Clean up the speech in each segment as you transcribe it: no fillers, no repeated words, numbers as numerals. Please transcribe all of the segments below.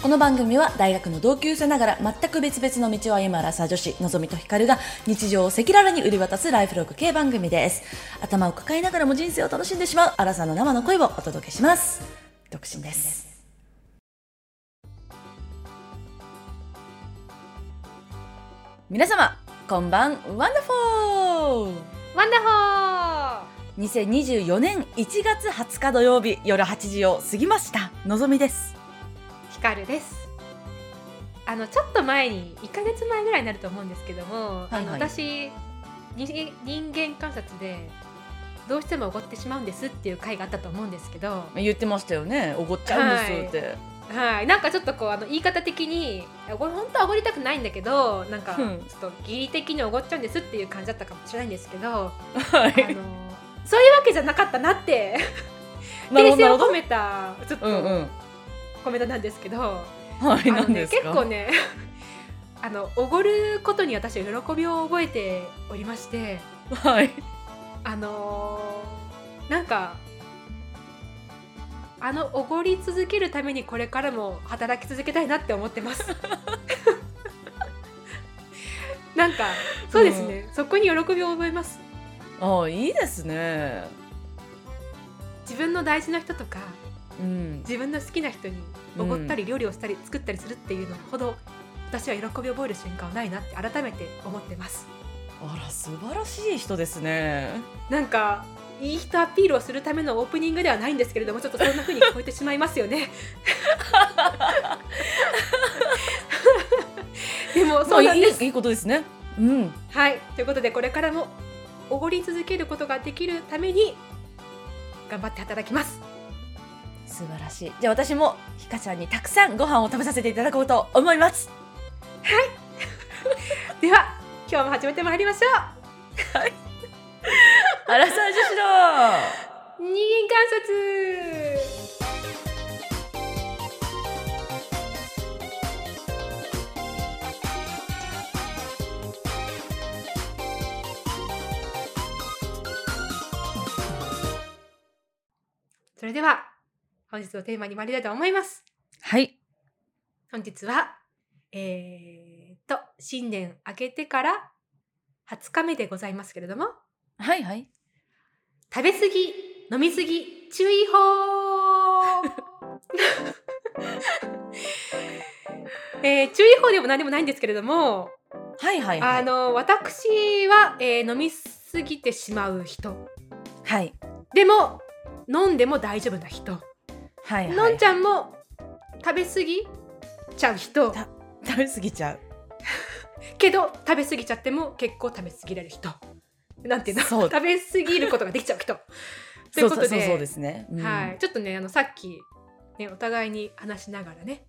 この番組は大学の同級生ながら全く別々の道を歩むアラサー女子のぞみとひかるが日常を赤裸々に売り渡すライフログ系番組です。頭を抱えながらも人生を楽しんでしまうアラサーの生の声をお届けします。独身です。皆様こんばんワンダフォーワンダホー。 2024年1月20日土曜日夜8時を過ぎました。のぞみです。 ひかるです。ちょっと前に1ヶ月前ぐらいになると思うんですけども、私人間観察でどうしてもおごってしまうんですっていう回があったと思うんですけど、 言ってましたよね。おごっちゃうんですって、 はい、なんかちょっとこう言い方的にこれ本当はおごりたくないんだけど、なんかちょっと義理的におごっちゃうんですっていう感じだったかもしれないんですけど、 はい、 そういうわけじゃなかったなって訂正を込めたちょっとコメントなんですけど、 はい、なんですか？ 結構ねおごることに私は喜びを覚えておりまして、 はい、 なんかおごり続けるためにこれからも働き続けたいなって思ってますなんかそうですね、そこに喜びを覚えます。 ああ、いいですね。 自分の大事な人とか、自分の好きな人におごったり料理をしたり作ったりするっていうのほど私は喜びを覚える瞬間はないなって改めて思ってます。 あら、素晴らしい人ですね。 なんかいい人アピールをするためのオープニングではないんですけれども、ちょっとそんな風に聞こえてしまいますよねでもそうなんです、 いいことですね。 はい、ということでこれからもおごり続けることができるために頑張って働きます。 素晴らしい。じゃあ私もひかちゃんにたくさんご飯を食べさせていただこうと思います。 はいでは今日も始めてまいりましょう。はいアラサー女子の人間観察。それでは本日のテーマに参りたいと思います。 はい。 本日は新年明けてから20日目でございますけれども、 はいはい。 食べ過ぎ飲み過ぎ注意報注意報でも何でもないんですけれども、 はいはいはい。 私は、飲み過ぎてしまう人、 はい。 でも飲んでも大丈夫な人、 はいはい、 のんちゃんも食べ過ぎちゃう人、 食べ過ぎちゃうけど食べ過ぎちゃっても結構食べ過ぎられる人、なんていうの、食べ過ぎることができちゃう人ということで、 そうですね、 はい、ちょっとねさっきねお互いに話しながらね、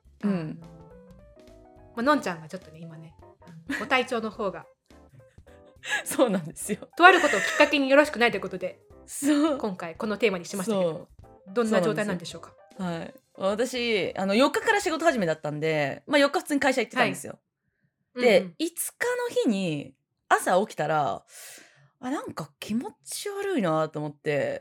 のんちゃんがちょっとね今ねご体調の方がそうなんですよ。 とあることをきっかけによろしくないということで、今回このテーマにしましたけど、どんな状態なんでしょうか？ はい、私4日から仕事始めだったんで、4日普通に会社行ってたんですよ。で、5日の日に朝起きたらなんか気持ち悪いなと思って、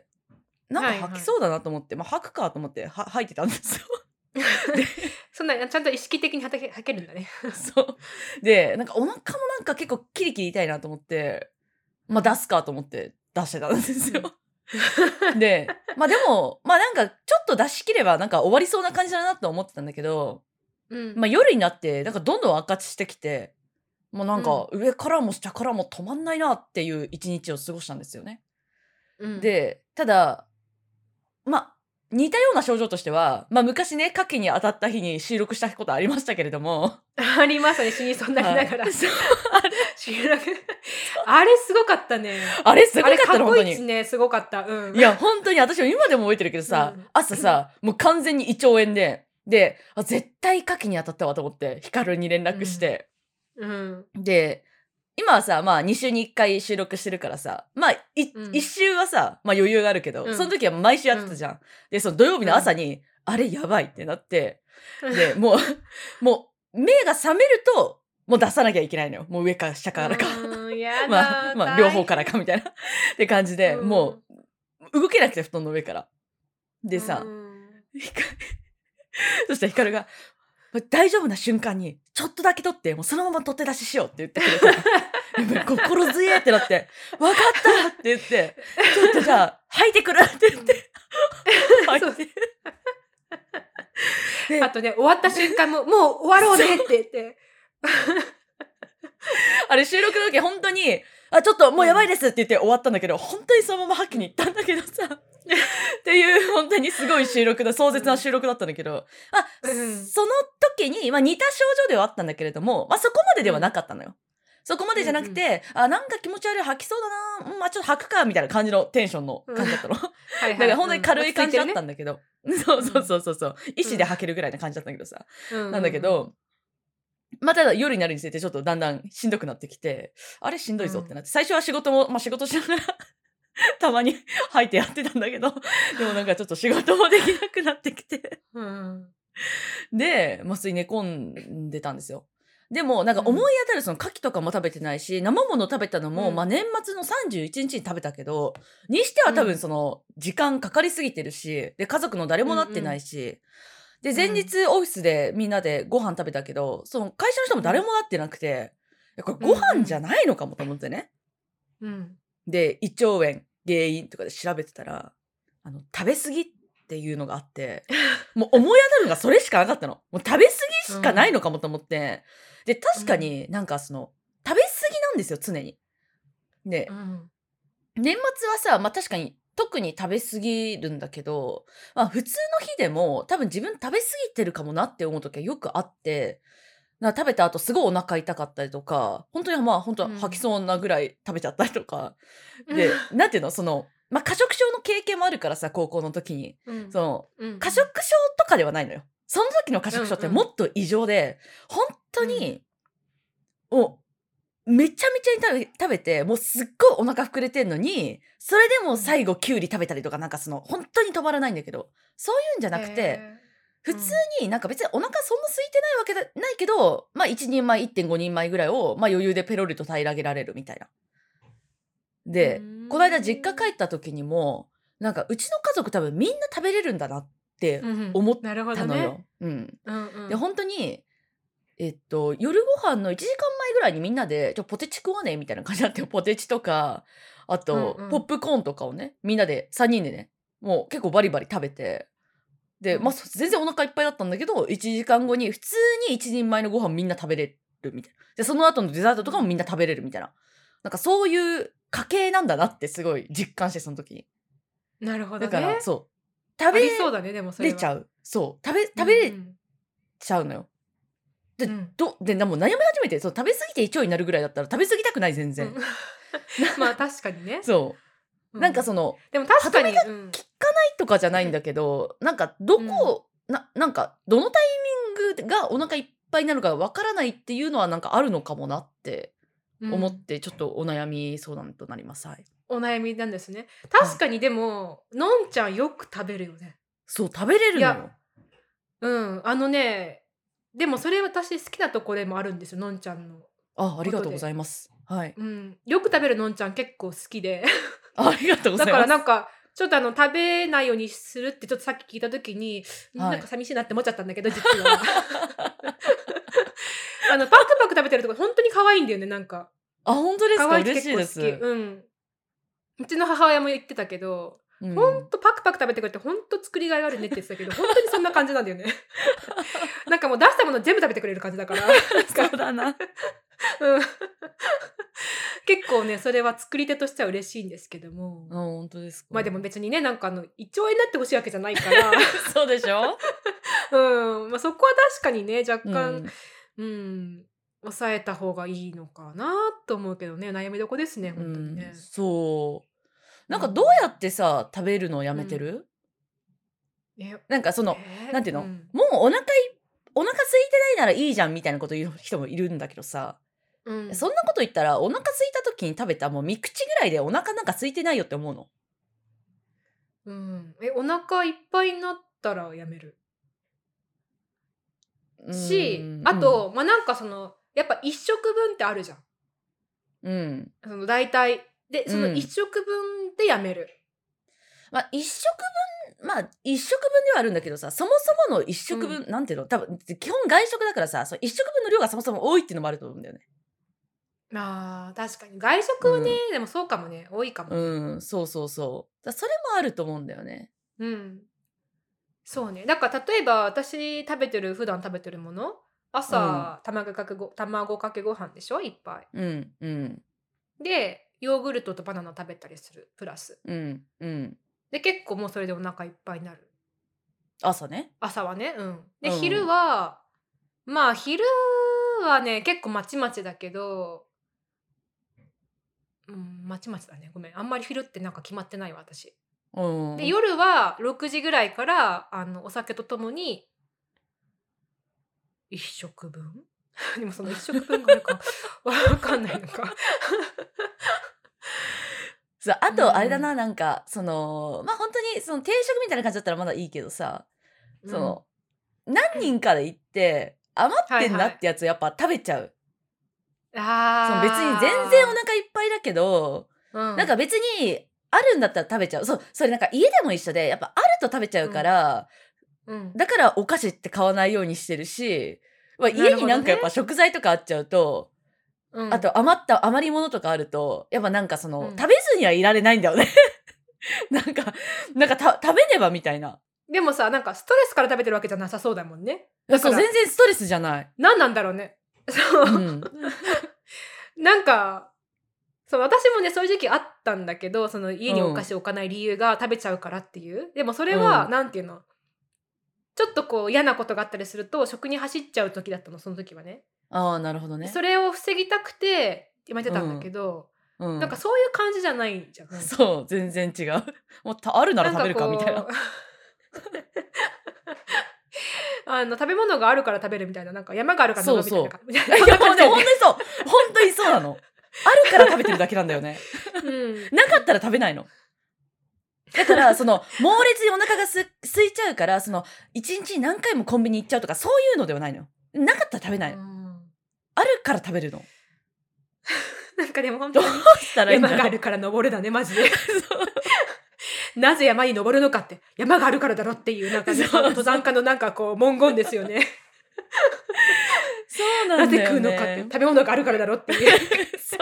なんか吐きそうだなと思って、吐くかと思って吐いてたんですよそんなちゃんと意識的に吐けるんだねそうで、なんかお腹もなんか結構キリキリ痛いなと思って、出すかと思って出してたんですよで、でもなんかちょっと出し切ればなんか終わりそうな感じだなと思ってたんだけど、夜になってなんかどんどん悪化してきて、もうなんか上からも下からも止まんないなっていう一日を過ごしたんですよね。で、ただ似たような症状としては、昔ね、牡蠣に当たった日に収録したことありましたけれども。 ありますね、死にそうになりながら。収録。あれすごかったね。 あれすごかったの、 本当に。ね、すごかった。 いや、本当に私も今でも覚えてるけどさ、朝さ、もう完全に胃腸炎で、絶対牡蠣に当たったわと思って、ヒカルに連絡して。で、今はさ、2週に1回収録してるからさ、1週はさ、余裕があるけど、その時は毎週やってたじゃん。で、その土曜日の朝に、あれやばいってなって、で、もう、目が覚めると、もう出さなきゃいけないのよ。もう上から下からか。両方からかみたいな。って感じで、もう、動けなくて布団の上から。でさ、そしたらヒカルが、 大丈夫な瞬間にちょっとだけ取ってもうそのまま取って出ししようって言ってくれたらやっぱり心強いってなって分かったって言ってちょっとじゃあ吐いてくるって言って吐いてあとね終わった瞬間ももう終わろうねって言ってあれ収録の時本当にちょっともうやばいですって言って終わったんだけど、本当にそのまま吐きに行ったんだけどさっていう本当にすごい収録だ壮絶な収録だったんだけど、その時に、似た症状ではあったんだけれども、そこまでではなかったのよ。そこまでじゃなくて、なんか気持ち悪い吐きそうだな、ちょっと吐くかみたいな感じのテンションの感じだったの。だから本当に軽い感じだったんだけど、そう意思で吐けるぐらいな感じだったんだけどさ、なんだけど、ただ夜になるにつれてちょっとだんだんしんどくなってきて、あれしんどいぞってなって、最初は仕事も、仕事しながらたまに吐いてやってたんだけど、でもなんかちょっと仕事もできなくなってきてで、普通に寝込んでたんですよ。でもなんか思い当たるその牡蠣とかも食べてないし、生もの食べたのも、年末の31日に食べたけど、にしては多分その時間かかりすぎてるし、で家族の誰もなってないし、で前日オフィスでみんなでご飯食べたけど、その会社の人も誰もなってなくて、これご飯じゃないのかもと思ってね。で胃腸炎原因とかで調べてたら、食べ過ぎっていうのがあって、もう思い当たるのがそれしかなかったの。もう食べ過ぎしかないのかもと思って、で確かになんかその食べ過ぎなんですよ常に。で、年末はさ、確かに特に食べ過ぎるんだけど、普通の日でも多分自分食べ過ぎてるかもなって思う時はよくあって、食べた後すごいお腹痛かったりとか、本当に本当吐きそうなぐらい食べちゃったりとか、で、なんていうの、その、過食症の経験もあるからさ、高校の時に。その、過食症とかではないのよ。その時の過食症ってもっと異常で、本当に、めちゃめちゃに食べて、もうすっごいお腹膨れてんのに、それでも最後キュウリ食べたりとか、なんかその、本当に止まらないんだけど、そういうんじゃなくて、普通になんか別にお腹そんな空いてないわけないけど、1人前、1.5人前ぐらいを、余裕でペロリと平らげられるみたいな。で、この間実家帰った時にも、なんかうちの家族多分みんな食べれるんだなって思ったのよ。で、本当に、夜ご飯の1時間前ぐらいにみんなで、ポテチ食わねみたいな感じになって、ポテチとか、あと、ポップコーンとかをね、みんなで3人でね、もう結構バリバリ食べて、で、全然お腹いっぱいだったんだけど、1時間後に普通に1人前のご飯みんな食べれるみたいな。で、その後のデザートとかもみんな食べれるみたいな。なんかそういう家系なんだなってすごい実感して、その時に。 なるほどね。 だから、そう。食べれそうだね、でもそれはちゃう。そう。食べれちゃうのよ。で、でも悩み始めて、そう、食べ過ぎて胃腸になるぐらいだったら食べ過ぎたくない、全然。 確かにね。 そう。なんかその、 でも確かに、 効かないとかじゃないんだけど、なんかなんかどのタイミングがお腹いっぱいになるかわからないっていうのはなんかあるのかもなって思って、ちょっとお悩み相談となります。はい。 お悩みなんですね。確かにでも、のんちゃんよく食べるよね。 そう、食べれるのよ。 でもそれ私好きなところでもあるんですよ、のんちゃんの。 ありがとうございます。はい。 よく食べるのんちゃん結構好きで。 ありがとうございます。 だからなんか、ちょっと食べないようにするってちょっとさっき聞いた時に、なんか寂しいなって思っちゃったんだけど、実は。パクパク食べてるとこ本当に可愛いんだよね、なんか。 本当ですか？ 可愛い嬉しいです。 うちの母親も言ってたけど、ほんとパクパク食べてくれてほんと作りがいがあるねって言ってたけど、本当にそんな感じなんだよね。なんかもう出したもの全部食べてくれる感じだから。 そうだな。 結構ね、それは作り手としては嬉しいんですけども。 本当ですか？ でも別にね、なんか胃腸炎になってほしいわけじゃないから。 そうでしょ？ そこは確かにね、若干、抑えた方がいいのかなと思うけどね、悩みどこですね、本当にね。 そう。なんかどうやってさ、食べるのをやめてる？なんかその、なんていうの？もうお腹空いてないならいいじゃんみたいなこと言う人もいるんだけどさ、そんなこと言ったらお腹空いた時に食べたもう3口ぐらいでお腹なんか空いてないよって思うの。 お腹いっぱいになったらやめる。あと、なんかその、やっぱ1食分ってあるじゃん。その大体。で、その1食分でやめる。 1食まあ一食分ではあるんだけどさ、そもそもの一食分、なんていうの、多分基本外食だからさ、その一食分の量がそもそも多いっていうのもあると思うんだよね。 確かに外食はね、でもそうかもね、多いかもね。 そうそうそう。それもあると思うんだよね。 そうね。だから例えば私普段食べてるもの、朝、卵かけご飯でしょ、いっぱい。で、ヨーグルトとバナナ食べたりする、プラス。で、結構もうそれでお腹いっぱいになる。 朝ね。 朝はね。で、昼は、まあ昼はね、結構まちまちだけど、まちまちだね。ごめん。あんまり昼ってなんか決まってないわ、私。で、夜は6時ぐらいからお酒とともに1食分でもその1食分があるかわかんないのかそう、あとあれだな、なんかそのまあ本当にその定食みたいな感じだったらまだいいけどさ、その何人かで行って余ってんなってやつやっぱ食べちゃう。その別に全然お腹いっぱいだけど、なんか別にあるんだったら食べちゃう。そう、それなんか家でも一緒で、やっぱあると食べちゃうから、だからお菓子って買わないようにしてるし、家になんかやっぱ食材とかあっちゃうと、あと余り物とかあると、やっぱなんかその、食べずにはいられないんだよね。なんか食べねばみたいな。 でもさ、なんかストレスから食べてるわけじゃなさそうだもんね。 そう、全然ストレスじゃない。 何なんだろうね。そう。なんか、そう、私もね、そういう時期あったんだけど、その家にお菓子置かない理由が食べちゃうからっていう。でもそれは、なんていうの、ちょっとこう嫌なことがあったりすると、食に走っちゃう時だったの、その時はね。 ああ、なるほどね。 それを防ぎたくて、やめてたんだけど、なんかそういう感じじゃないじゃん。 そう、全然違う。もうあるなら食べるかみたいな。 食べ物があるから食べるみたいな、なんか山があるから登るみたいな感じ。 いや、本当にそう。本当にそうなの。あるから食べてるだけなんだよね。なかったら食べないの。だから、その、猛烈にお腹が空いちゃうから、その、一日に何回もコンビニ行っちゃうとか、そういうのではないの。なかったら食べないの。あるから食べるの。 なんかでも本当に山があるから登るだね、マジで。なぜ山に登るのかって、山があるからだろっていう、なんか登山家のなんかこう文言ですよね。 そうなんだよね。 なぜ食うのかって、食べ物があるからだろっていう。 そう。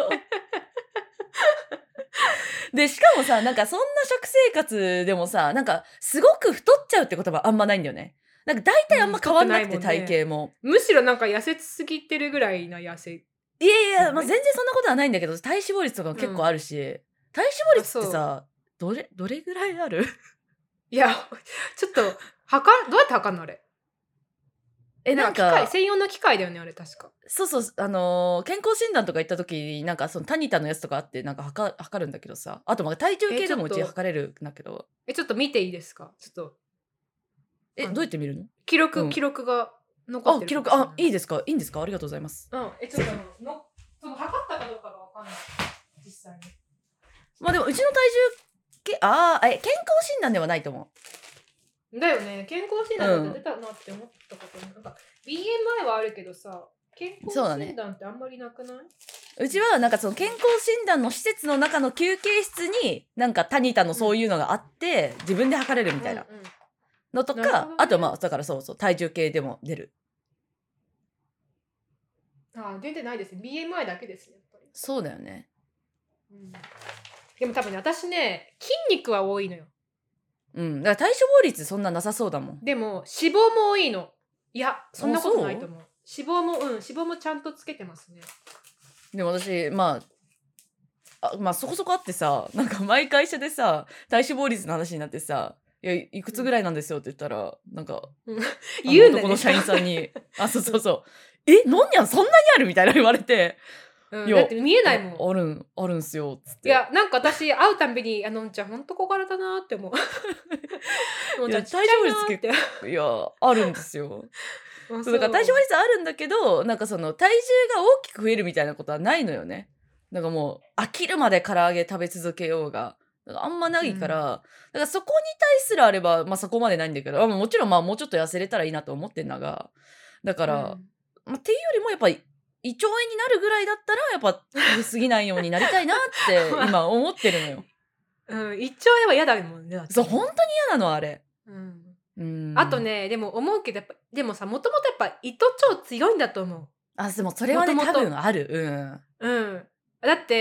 で、しかもさ、なんかそんな食生活でもさ、なんかすごく太っちゃうってことはあんまないんだよね。なんか大体あんま変わんなくて、体型も。 むしろなんか痩せすぎてるぐらいな痩せ。 いや、まあ、全然そんなことはないんだけど、体脂肪率とかも結構あるし、体脂肪率ってさ、どれぐらいある？ いや、ちょっと、どうやって測るのあれ？なんか専用の機械だよね、あれ確か。 そうそう、健康診断とか行った時に、なんかそのタニタのやつとかあって、なんか測るんだけどさ、あとまあ体重計でもうち測れるんだけど。 ちょっと見ていいですか？ちょっと。 どうやって見るの？ 記録が残ってる。 記録、いいですか？いいんですか？ありがとうございます。 ちょっと測ったかどうかがわかんない。実際に。 まあでもうちの体重計、健康診断ではないと思う。だよね。健康診断って出たなって思ったことない。なんか BMI はあるけどさ、健康診断ってあんまりなくない？ うちはなんかその健康診断の施設の中の休憩室になんかタニタのそういうのがあって、自分で測れるみたいなのとか、あとまあだからそう体重計でも出る。 出てないですね。BMI だけですね、やっぱり。 そうだよね。 でも多分ね、私ね、筋肉は多いのよ。 だから体脂肪率そんななさそうだもん。 でも脂肪も多いの。いや、そんなことないと思う。脂肪もちゃんとつけてますね。 でも私、まあそこそこあってさ、なんか毎会社でさ、体脂肪率の話になってさ、いくつぐらいなんですよって言ったら、なんか、 言うんだね。 男の社員さんに、そう。なんにゃんそんなにあるみたいな言われて。 だって見えないもん。 あるんすよ、つって。 いや、なんか私、会うたんびに、のんちゃんほんと小柄だなって思う。のんちゃん体脂率結構、 いや、あるんですよ。だから体脂肪率あるんだけど、なんかその体重が大きく増えるみたいなことはないのよね。なんかもう飽きるまで唐揚げ食べ続けようが、あんまないから、だからそこに対するあれば、まあそこまでないんだけど、もちろんまあもうちょっと痩せれたらいいなと思ってんだが、だから、っていうよりもやっぱり胃腸炎になるぐらいだったら、やっぱ食べ過ぎないようになりたいなって今思ってるのよ。 胃腸炎は嫌だもんね。 そう、本当に嫌なのあれ。 あとね、でも思うけど、やっぱでもさ、もともとやっぱ糸超強いんだと思う。 でもそれはね、多分ある。 だって、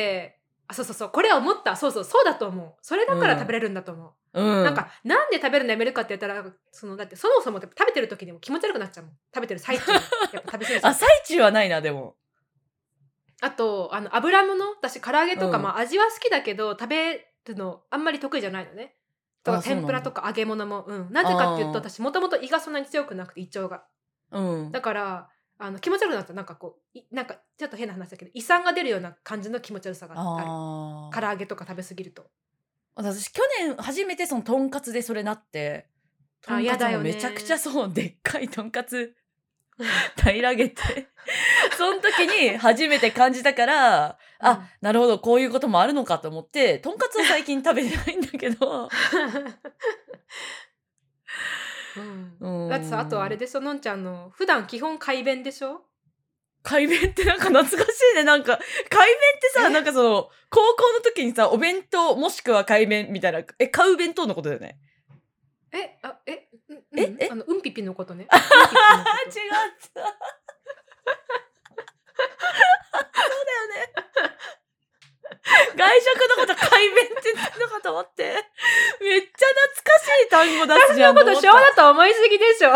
そうこれは思った。そうだと思う。それだから食べれるんだと思う。なんで食べるのやめるかって言ったら、だってそもそも食べてる時にも気持ち悪くなっちゃうもん。食べてる最中にやっぱ食べ過ぎちゃう。 最中はないな、でも。 あと油物、私唐揚げとか、味は好きだけど食べるのあんまり得意じゃないのね。とか天ぷらとか揚げ物も、なぜかっていうと、私もともと胃がそんなに強くなくて、胃腸が。だから気持ち悪くなった。なんかこうなんかちょっと変な話だけど、胃酸が出るような感じの気持ち悪さがある。唐揚げとか食べ過ぎると。 私去年初めてそのとんかつでそれなって、とんかつもめちゃくちゃでっかいとんかつ平らげてその時に初めて感じたから、なるほど、こういうこともあるのかと思って、とんかつは最近食べてないんだけどだってさ、あとあれでしょ、のんちゃんの普段基本快便でしょ。 快便ってなんか懐かしいね。なんか快便ってさ、なんか高校の時にさ、お弁当もしくは快便みたいな、買う弁当のことだよね。 うんぴぴのことね。違ったそうだよね。外食のこと快便って言ってんのかと思って、めっちゃ懐かしい単語出すじゃん。 私のこと昭和だと思いすぎでしょ。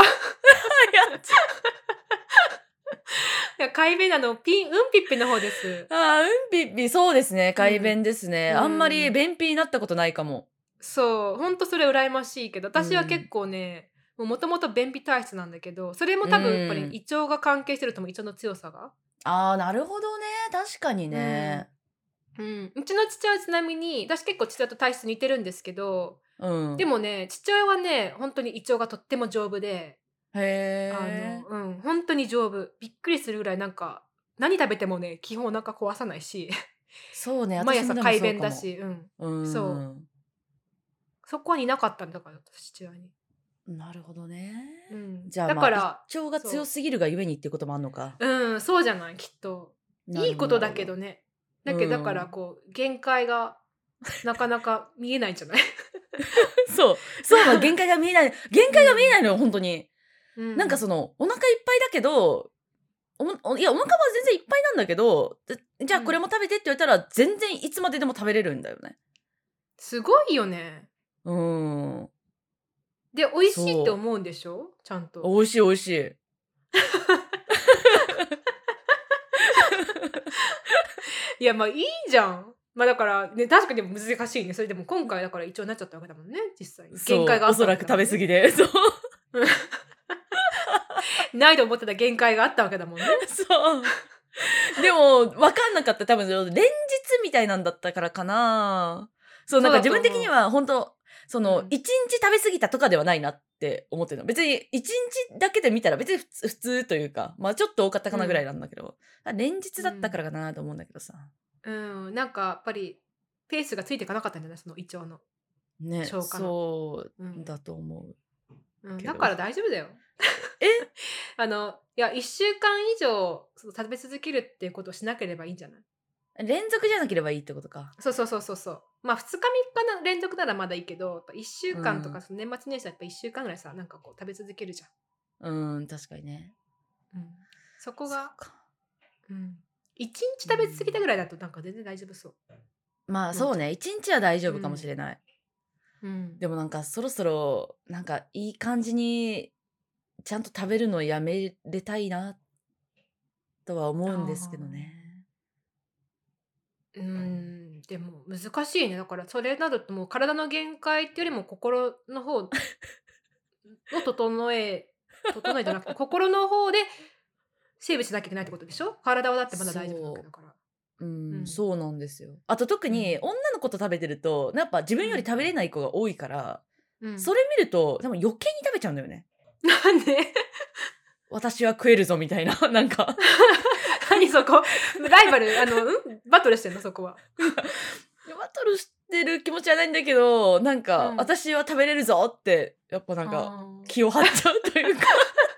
快便うんぴっぴの方です。 うんぴっぴ、そうですね、快便ですね。あんまり便秘になったことないかも。 そう、ほんとそれ羨ましいけど、私は結構ね、もともと便秘体質なんだけど、それも多分やっぱり胃腸が関係してると思う。胃腸の強さが。 なるほどね。確かにね。 うちの父親はちなみに、私結構父親と体質似てるんですけど、でもね、父親はね、本当に胃腸がとっても丈夫で、本当に丈夫。びっくりするぐらい、なんか何食べてもね、基本お腹壊さないし、 そうね、 毎朝快便だし、そこにいなかったんだから、父親に。 なるほどね。じゃあ、 だから胃腸が強すぎるがゆえにっていうこともあるのか。 そうじゃない、きっと。いいことだけどね。だから限界がなかなか見えないんじゃないそう限界が見えない。限界が見えないのよ、本当に。なんかお腹いっぱいだけど、いや、お腹は全然いっぱいなんだけど、じゃあこれも食べてって言われたら、全然いつまででも食べれるんだよね。 すごいよね。で、美味しいって思うんでしょ、ちゃんと。 美味しい美味しい。 いや、いいじゃん。だからね、確かに難しいね。それでも今回だから胃腸になっちゃったわけだもんね、実際。限界があったわけだもんね。 おそらく食べ過ぎで。 ないと思ってた限界があったわけだもんね。 でも分かんなかった。多分連日みたいなんだったからかな。なんか自分的には本当1日食べ過ぎたとかではないなって思ってるの。別に1日だけで見たら別に普通というか、ちょっと多かったかなぐらいなんだけど、連日だったからかなと思うんだけどさ。 なんかやっぱりペースがついていかなかったんじゃない、その胃腸の消化の。 そうだと思う。 だから大丈夫だよ。いや、1週間以上食べ続けるっていうことをしなければいいんじゃない？ 連続じゃなければいいってことか。 そう。2日3日の連続ならまだいいけど、1週間とか年末年始はやっぱ1週間ぐらいさ、なんか食べ続けるじゃん。確かにね。 そこが1日食べ過ぎたぐらいだとなんか全然大丈夫そう。 そうね、1日は大丈夫かもしれない。でもなんかそろそろなんかいい感じにちゃんと食べるのやめれたいなとは思うんですけどね。 でも難しいね。だからそれなどともう体の限界っていうよりも心の方を整えじゃなくて心の方でセーブしなきゃいけないってことでしょ。体はだってまだ大丈夫なわけだから。 そうなんですよ。あと特に女の子と食べてるとやっぱ自分より食べれない子が多いから、それ見るとでも余計に食べちゃうんだよね。 なんで？ 私は食えるぞみたいな、なんか何そこライバルバトルしてんのそこは。 バトルしてる気持ちはないんだけど、なんか、私は食べれるぞってやっぱなんか気を張っちゃうというか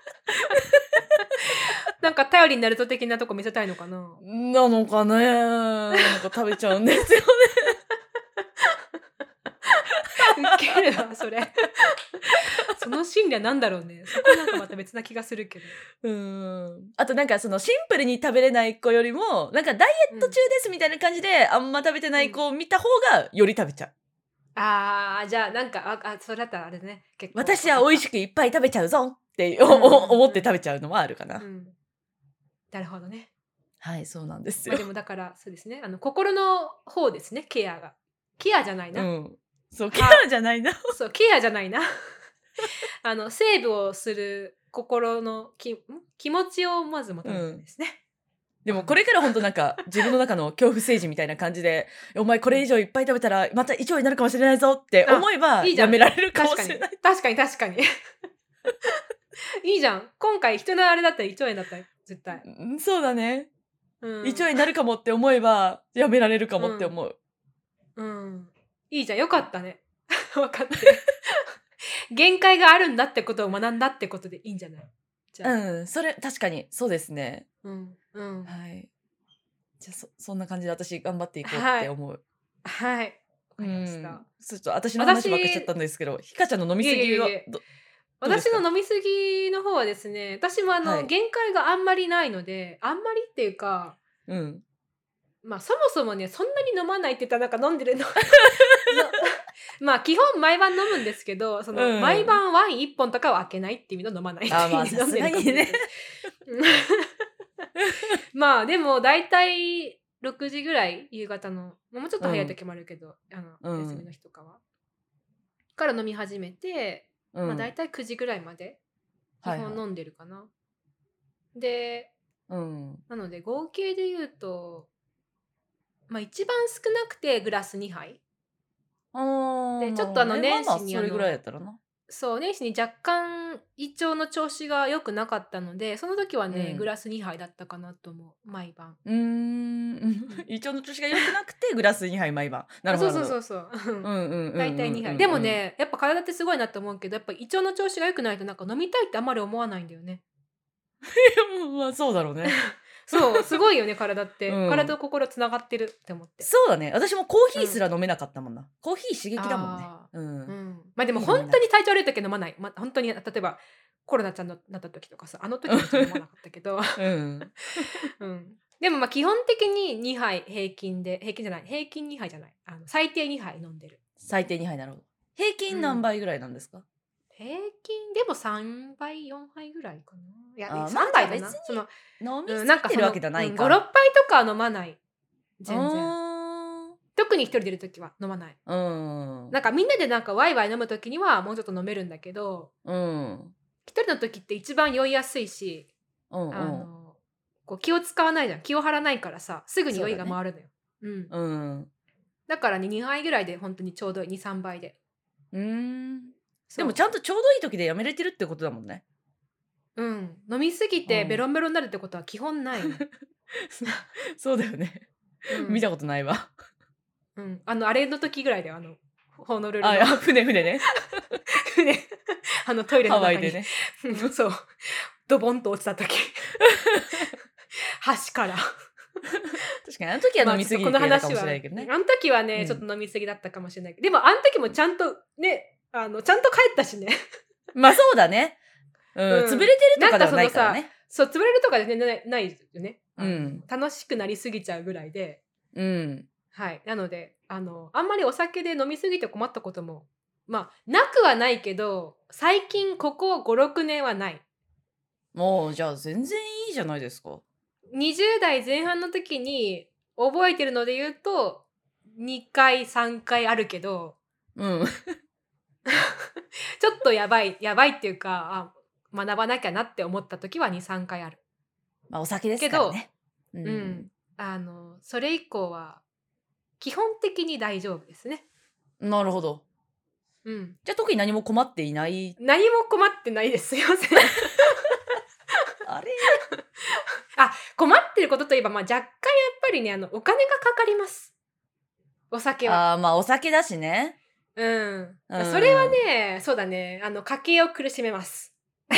なんか頼りになると的なとこ見せたいのかな。 なのかね。なんか食べちゃうんですよね。 ウケるわそれ。 その心理は何だろうね。そこなんかまた別な気がするけど。 あとなんかそのシンプルに食べれない子よりもなんかダイエット中ですみたいな感じで、あんま食べてない子を見た方がより食べちゃう。 じゃあなんかそれだったらあれね、結構私は美味しくいっぱい食べちゃうぞって思って食べちゃうのもあるかな。 なるほどね。 はい、そうなんですよ。 でもだからそうですね、心の方ですね、ケアが。ケアじゃないな。 そう、ケアじゃないな。 そう、ケアじゃないな。セーブをする心の気持ちをまず持たないとですね。 でもこれから本当なんか自分の中の恐怖政治みたいな感じで、お前これ以上いっぱい食べたらまた胃腸になるかもしれないぞって思えばやめられるかもしれない。 確かに。いいじゃん。今回人のあれだったら胃腸炎だったら絶対。 そうだね。胃腸になるかもって思えばやめられるかもって思う。 いいじゃん。よかったね。分かって。限界があるんだってことを学んだってことでいいんじゃない？じゃあそれ確かにそうですね。 はい。 じゃあそんな感じで私頑張っていこうって思う。 はい。わかりました。 ちょっと私の話ばっかりしちゃったんですけど、ひかちゃんの飲みすぎは私の飲みすぎの方はですね、私も限界があんまりないので、あんまりっていうか、まあそもそもね、そんなに飲まないって言ったらなんか飲んでるのまあ基本毎晩飲むんですけど、毎晩ワイン1本とかは開けないっていう意味の飲まないっていうまあさすがにね。 まあでも大体6時ぐらい、夕方のもうちょっと早い時もあるけど、休みの日とかはから飲み始めて、まあ大体9時ぐらいまで基本飲んでるかな。で、なので合計で言うと、まあ一番少なくてグラス2杯。でちょっと年始にそれぐらいやったらな。 そう、年始に若干胃腸の調子が良くなかったので、その時はね、グラス2杯だったかなと思う、毎晩。 胃腸の調子が良くなくてグラス2杯毎晩。なるほど。 そう。大体2杯。でもね、やっぱ体ってすごいなと思うけど、やっぱ胃腸の調子が良くないとなんか飲みたいってあんまり思わないんだよね。 まあそうだろうね。 そう、すごいよね、体って。体と心つながってるって思って。 そうだね。私もコーヒーすら飲めなかったもんな。コーヒー刺激だもんね。 まあでも本当に体調悪い時は飲まない。本当に例えばコロナちゃんになった時とかさ、あの時は飲まなかったけど。でもまあ基本的に2杯平均じゃない。最低2杯飲んでる。 最低2杯なるほど。平均何杯ぐらいなんですか？ 平均でも3杯4杯ぐらいかな。いや 3 杯だな。 飲みすぎてるわけじゃないか。 5、6杯とかは飲まない。全然。特に一人でいる時は飲まない。なんかみんなでなんかワイワイ飲む時にはもうちょっと飲めるんだけど、一人の時って一番酔いやすいし、こう気を使わないじゃん。気を張らないからさ、すぐに酔いが回るのよ。だからね、2杯ぐらいで本当にちょうどいい、2、3杯で。 でもちゃんとちょうどいい時でやめれてるってことだもんね。 飲みすぎてベロンベロンになるってことは基本ない。 そうだよね。見たことないわ。 あれの時ぐらいでホノルルの船ね。 トイレの中にハワイでね。 そうドボンと落ちた時橋から確かにあの時は飲みすぎてたかもしれないけどね。 あの時はね、ちょっと飲みすぎだったかもしれないけど、でもあの時もちゃんとね、ちゃんと帰ったしね。 まあそうだね。潰れてるとかではないからね。 そう、潰れるとかでないよね。楽しくなりすぎちゃうぐらいで。はい。なのであんまりお酒で飲みすぎて困ったこともまあなくはないけど、最近ここ5、6年はない。 もうじゃあ全然いいじゃないですか。 20代前半の時に覚えてるので言うと2回3回あるけど、ちょっとやばいっていうか、学ばなきゃなって思った時は2、3回ある。 まあお酒ですからね。 それ以降は基本的に大丈夫ですね。 なるほど。じゃあ特に何も困っていない。 何も困ってないです。すいません。 あれ困ってることといえば、まあ、若干やっぱりね、お金がかかります。お酒は。 まあお酒だしね。 それはね、そうだね、家計を苦しめます。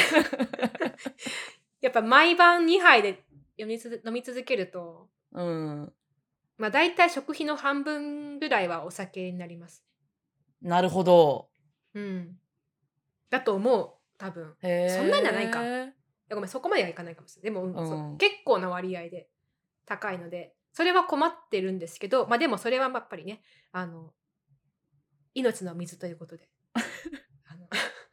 やっぱ毎晩2杯で飲み続けると、まあ大体食費の半分ぐらいはお酒になります。 なるほど。 だと思う、多分。そんなんじゃないか。 へごめん、そこまではいかないかもしれない。でも、 うん結構な割合で高いので、それは困ってるんですけど、でもそれはやっぱりね、命の水ということで、あの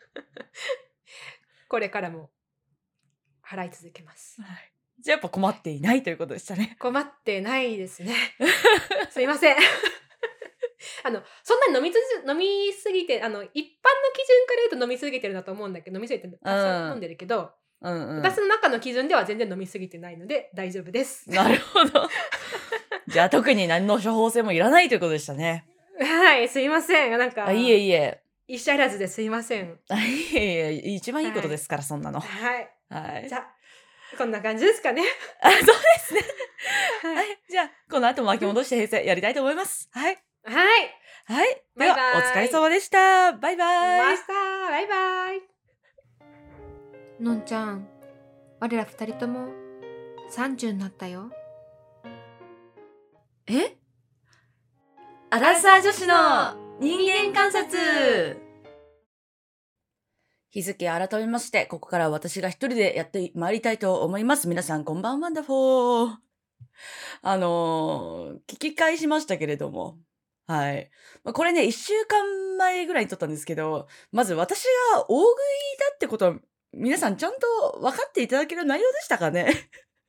これからも払い続けます。 はい。じゃあやっぱ困っていないということでしたね。 困ってないですね。すいません。そんなに飲みすぎて、一般の基準から言うと飲みすぎてるなと思うんだけど、飲みすぎてたくさん飲んでるけど、私の中の基準では全然飲みすぎてないので大丈夫です。 なるほど。じゃあ特に何の処方箋もいらないということでしたね。 はい、すいません。なんか、 いえいえ。 医者いらずですいません。 いえいえ、一番いいことですから、そんなの。 はい。 はい。 じゃあ、こんな感じですかね。 そうですね。 ははい。じゃあ、この後巻き戻して平成やりたいと思います。はい。 はい。 はい。 バイバでは、お疲れイ。 様でした。バイバイ。 ました。バイバイ。のんちゃん、我ら二人とも30になったよ。 え？アラサー女子の人間観察。日付改めまして、ここからは私が一人でやってまいりたいと思います。皆さんこんばんは、ワンダフォー。聞き返しましたけれども、はい。これね、1週間前ぐらいに撮ったんですけど、まず私が大食いだってことは、皆さんちゃんと分かっていただける内容でしたかね？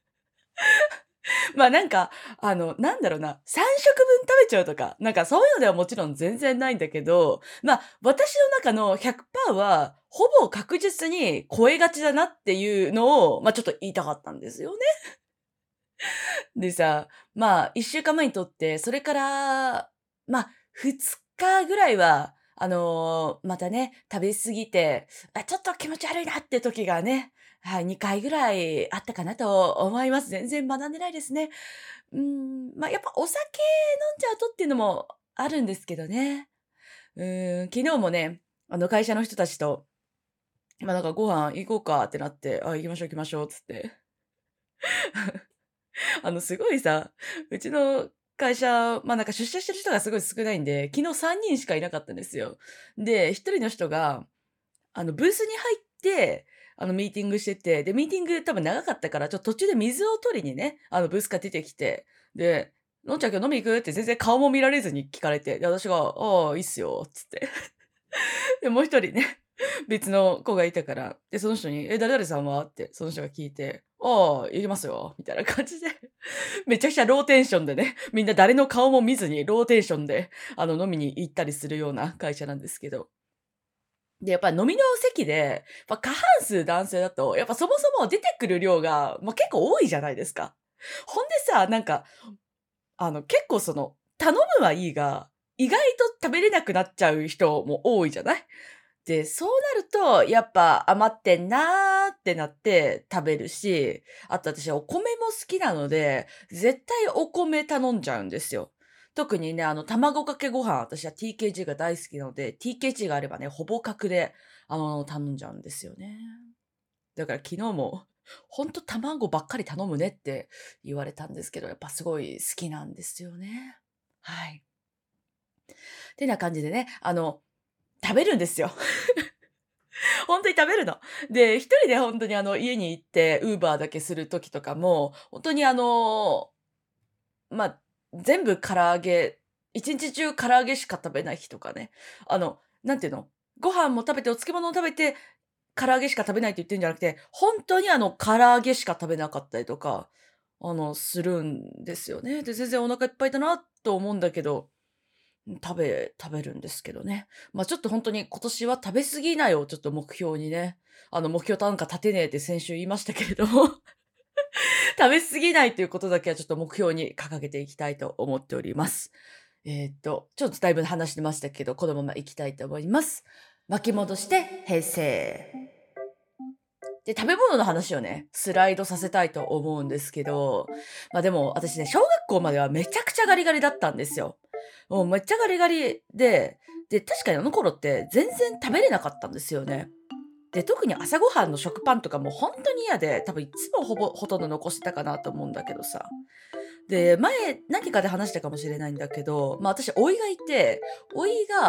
なんか、なんだろうな、3食分食べちゃうとか、なんかそういうのではもちろん全然ないんだけど、私の中の100%は、ほぼ確実に超えがちだなっていうのを、ちょっと言いたかったんですよね。でさ、1週間前に撮って、それから、2日ぐらいは、またね、食べ過ぎて、ちょっと気持ち悪いなって時がね、はい、2回ぐらいあったかなと思います。全然学んでないですね。やっぱお酒飲んじゃうとっていうのもあるんですけどね。昨日もね、会社の人たちと、なんかご飯行こうかってなって、行きましょう行きましょうっつって。すごいさ、うちの会社、なんか出社してる人がすごい少ないんで、昨日3人しかいなかったんですよ。で、1人の人が、ブースに入って、ミーティングしてて、で、ミーティング多分長かったから、ちょっと途中で水を取りにね、ブースから出てきて、で、のんちゃん今日飲み行くって全然顔も見られずに聞かれて、で、私が、ああ、いいっすよ、つって。で、もう一人ね、別の子がいたから、で、その人に、誰々さんはって、その人が聞いて、ああ、行きますよ、みたいな感じで、めちゃくちゃローテンションでね、みんな誰の顔も見ずにローテンションで、飲みに行ったりするような会社なんですけど。で、やっぱ飲みの席で、過半数男性だと、やっぱそもそも出てくる量が、結構多いじゃないですか。ほんでさ、なんか、結構頼むはいいが、意外と食べれなくなっちゃう人も多いじゃない？で、そうなると、やっぱ余ってんなーってなって食べるし、あと私お米も好きなので、絶対お米頼んじゃうんですよ。特にね、卵かけご飯、私は TKG が大好きなので、TKG があればね、ほぼ角で、頼んじゃうんですよね。だから昨日も、ほんと卵ばっかり頼むねって言われたんですけど、やっぱすごい好きなんですよね。はい。てな感じでね、食べるんですよ。ほんとに食べるの。で、一人でほんとに家に行って、ウーバーだけする時とかも、ほんとにま、全部唐揚げ、一日中唐揚げしか食べない日とかね。なんていうの、ご飯も食べてお漬物を食べて、唐揚げしか食べないって言ってるんじゃなくて、ほんとに唐揚げしか食べなかったりとか、するんですよね。で、全然お腹いっぱいだなと思うんだけど、食べるんですけどね。ちょっとほんとに今年は食べ過ぎないをちょっと目標にね、目標なんか立てねえって先週言いましたけれども、食べ過ぎないということだけはちょっと目標に掲げていきたいと思っております。ちょっとだいぶ話してましたけど、このまま行きたいと思います。巻き戻して平成。で、食べ物の話をね、スライドさせたいと思うんですけど、でも私ね、小学校まではめちゃくちゃガリガリだったんですよ。もうめっちゃガリガリで、確かにあの頃って全然食べれなかったんですよね。で、特に朝ごはんの食パンとかも本当に嫌で、多分いつもほとんど残してたかなと思うんだけどさ。で、前何かで話したかもしれないんだけど、私、甥いがいて、甥いが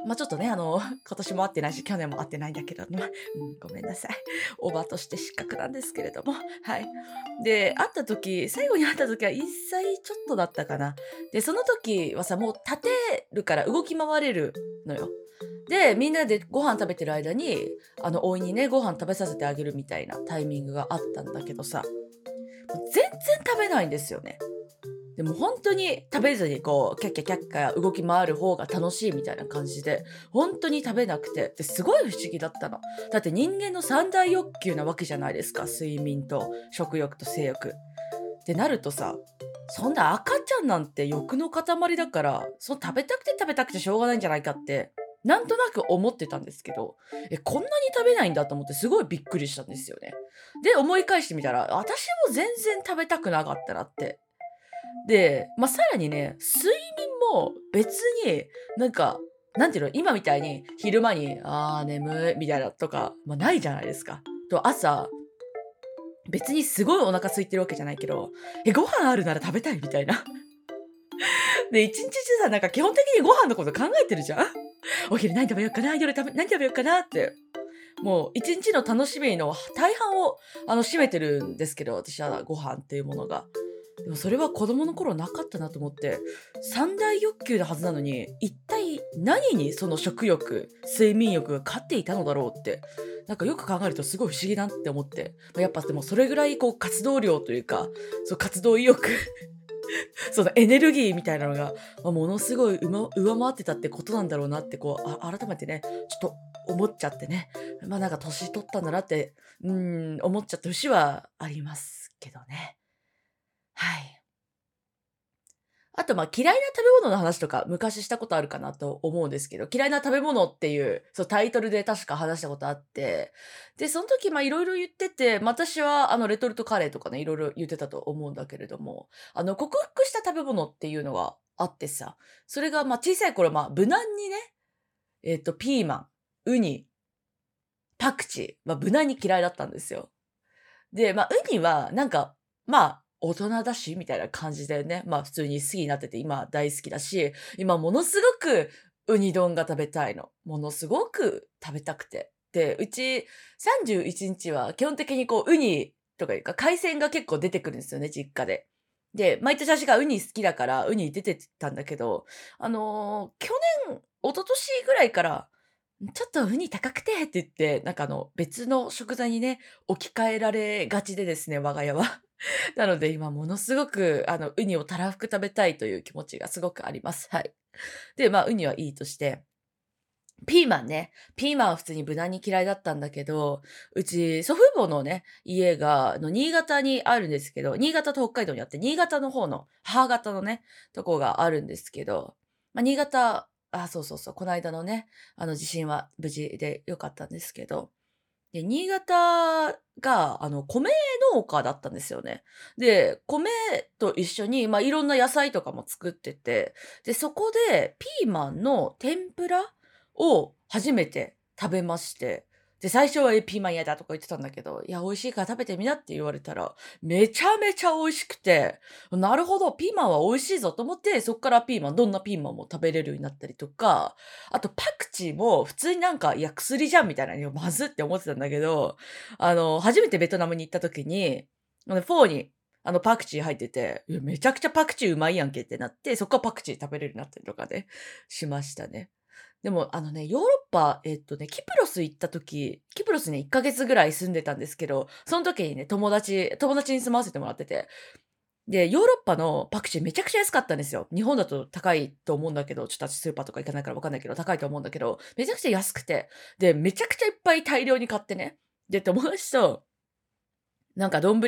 ちょっとね、今年も会ってないし、去年も会ってないんだけどね。ごめんなさい。オーバーとして失格なんですけれども。はい。で、最後に会った時は1歳ちょっとだったかな。で、その時はさ、もう立てるから動き回れるのよ。で、みんなでご飯食べてる間に、おいにね、ご飯食べさせてあげるみたいなタイミングがあったんだけどさ、もう全然食べないんですよね。でも本当に食べずにこう、キャッキャキャッキャ動き回る方が楽しいみたいな感じで、本当に食べなくて、ですごい不思議だったの。だって人間の三大欲求なわけじゃないですか。睡眠と食欲と性欲。ってなるとさ、そんな赤ちゃんなんて欲の塊だから、食べたくて食べたくてしょうがないんじゃないかって、なんとなく思ってたんですけど、こんなに食べないんだと思ってすごいびっくりしたんですよね。で、思い返してみたら、私も全然食べたくなかったなってで、さらにね、睡眠も別になんか、なんていうの、今みたいに昼間に、眠いみたいなとか、ないじゃないですか。と、朝、別にすごいお腹空いてるわけじゃないけど、ご飯あるなら食べたいみたいな。で、一日中さ、なんか基本的にご飯のこと考えてるじゃん。お昼何食べようかな、何食べようかなって。もう一日の楽しみの大半を占めてるんですけど、私はご飯っていうものが。でもそれは子供の頃なかったなと思って、三大欲求のはずなのに、一体何にその食欲、睡眠欲が勝っていたのだろうって、なんかよく考えるとすごい不思議だって思って、やっぱでもそれぐらいこう活動量というか、そう活動意欲そのエネルギーみたいなのが、ものすごい上回ってたってことなんだろうなってこう、改めてね、ちょっと思っちゃってね。なんか年取ったんだなって、思っちゃった節はありますけどね。はい。あと、嫌いな食べ物の話とか昔したことあるかなと思うんですけど、嫌いな食べ物っていう、そうタイトルで確か話したことあって、で、その時、いろいろ言ってて、私はレトルトカレーとかね、いろいろ言ってたと思うんだけれども、克服した食べ物っていうのがあってさ、それが、小さい頃、無難にね、ピーマン、ウニ、パクチー、無難に嫌いだったんですよ。で、ウニはなんか、大人だしみたいな感じでね、普通に好きになってて、今大好きだし、今ものすごくウニ丼が食べたいの。ものすごく食べたくて。で、うち31日は基本的にこう、ウニとかいうか、海鮮が結構出てくるんですよね、実家で。で、毎年私がウニ好きだから、ウニ出てたんだけど、去年、一昨年ぐらいから、ちょっとウニ高くてって言って、なんか別の食材にね、置き換えられがちでですね、我が家は。なので今ものすごく、ウニをたらふく食べたいという気持ちがすごくあります。はい。で、ウニはいいとして、ピーマンね。ピーマンは普通に無難に嫌いだったんだけど、うち祖父母のね、家が、新潟にあるんですけど、新潟と北海道にあって、新潟の方の母方のね、とこがあるんですけど、新潟、そうそうそう、この間のね、地震は無事で良かったんですけど、で、新潟が、米農家だったんですよね。で、米と一緒に、いろんな野菜とかも作ってて、で、そこでピーマンの天ぷらを初めて食べまして、で、最初はピーマン嫌だとか言ってたんだけど、いや、美味しいから食べてみなって言われたら、めちゃめちゃ美味しくて、なるほど、ピーマンは美味しいぞと思って、そっからどんなピーマンも食べれるようになったりとか、あとパクチーも普通になんか、いや、薬じゃんみたいな、いや、まずって思ってたんだけど、初めてベトナムに行った時に、フォーに、パクチー入ってて、いや、めちゃくちゃパクチーうまいやんけってなって、そっからパクチー食べれるようになったりとかね、しましたね。でも、ヨーロッパ、キプロス行った時、キプロスに1ヶ月ぐらい住んでたんですけど、その時にね、友達に住まわせてもらってて、で、ヨーロッパのパクチーめちゃくちゃ安かったんですよ。日本だと高いと思うんだけど、ちょっと私スーパーとか行かないからわかんないけど、高いと思うんだけど、めちゃくちゃ安くて、で、めちゃくちゃいっぱい大量に買ってね。で、友達と、なんか丼、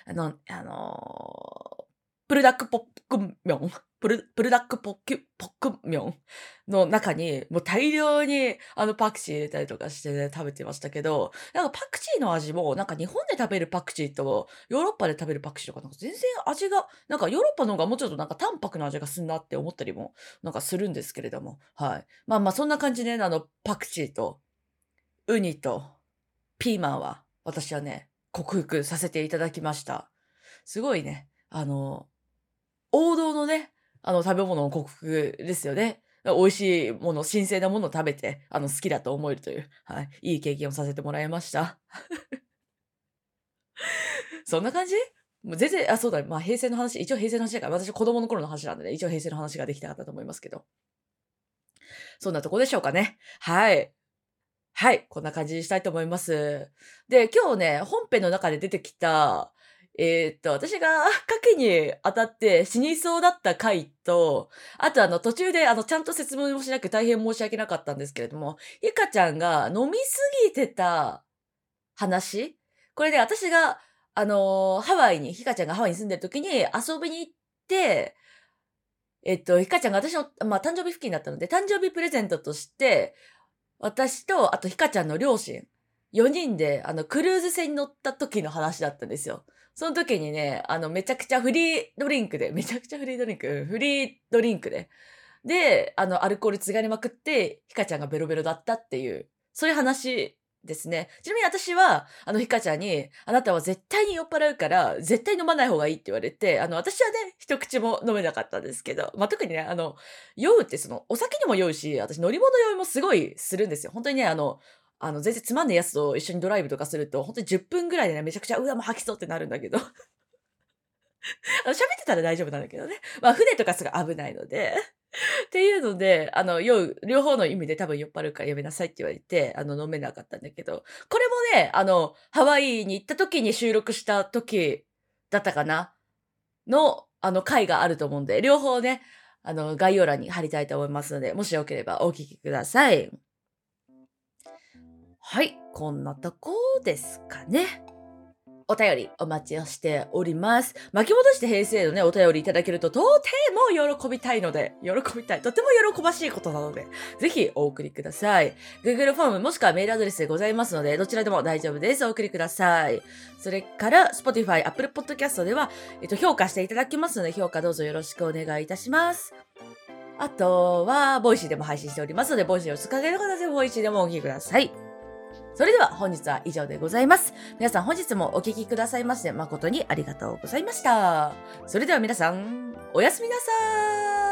プルダックポックンミョンプルダックポックンミョンの中に、もう大量にパクチー入れたりとかしてね、食べてましたけど、なんかパクチーの味も、なんか日本で食べるパクチーと、ヨーロッパで食べるパクチーとか、なんか全然味が、なんかヨーロッパの方がもうちょっとなんか淡白な味がすんなって思ったりも、なんかするんですけれども、はい。そんな感じでね、パクチーと、ウニと、ピーマンは、私はね、克服させていただきました。すごいね、王道のね、食べ物の克服ですよね。 美味しいもの、新鮮なものを食べて、好きだと思えるという、はい、いい経験をさせてもらいました。そんな感じ？もう全然、そうだ、平成の話、一応平成の話だから、私子供の頃の話なんでね、一応平成の話ができたかったと思いますけど。そんなとこでしょうかね。はい。はい、こんな感じにしたいと思います。で、今日ね、本編の中で出てきた、私が賭けに当たって死にそうだった回と、あと途中でちゃんと説明もしなく大変申し訳なかったんですけれども、ゆかちゃんが飲みすぎてた話、これで私がひかちゃんがハワイに住んでる時に遊びに行って、ひかちゃんが私の、誕生日付近だったので、誕生日プレゼントとして、私と、あとひかちゃんの両親、4人で、クルーズ船に乗った時の話だったんですよ。その時にね、めちゃくちゃフリードリンクで、めちゃくちゃフリードリンク、フリードリンクで、で、アルコールつがりまくって、ひかちゃんがベロベロだったっていう、そういう話ですね。ちなみに私は、ひかちゃんに、あなたは絶対に酔っ払うから、絶対飲まない方がいいって言われて、私はね、一口も飲めなかったんですけど、特にね、酔うってお酒にも酔うし、私乗り物酔いもすごいするんですよ。本当にね、全然つまんないやつと一緒にドライブとかすると、本当に10分ぐらいでね、めちゃくちゃ、うわ、もう吐きそうってなるんだけど。喋ってたら大丈夫なんだけどね。船とかすごい危ないので。っていうので、両方の意味で多分酔っ払うからやめなさいって言われて、飲めなかったんだけど、これもね、ハワイに行った時に収録した時だったかなの、回があると思うんで、両方ね、概要欄に貼りたいと思いますので、もしよければお聞きください。はい、こんなとこですかね。お便りお待ちをしております。巻き戻して平成のね、お便りいただけるととても喜びたい。とても喜ばしいことなので、ぜひお送りください。Google フォームもしくはメールアドレスでございますので、どちらでも大丈夫です。お送りください。それから、Spotify、Apple Podcast では、評価していただきますので、評価どうぞよろしくお願いいたします。あとは、ボイシーでも配信しておりますので、ボイシーを使いの方でボイシーでもお聞きください。それでは本日は以上でございます。皆さん本日もお聞きくださいまして誠にありがとうございました。それでは皆さん、おやすみなさーい。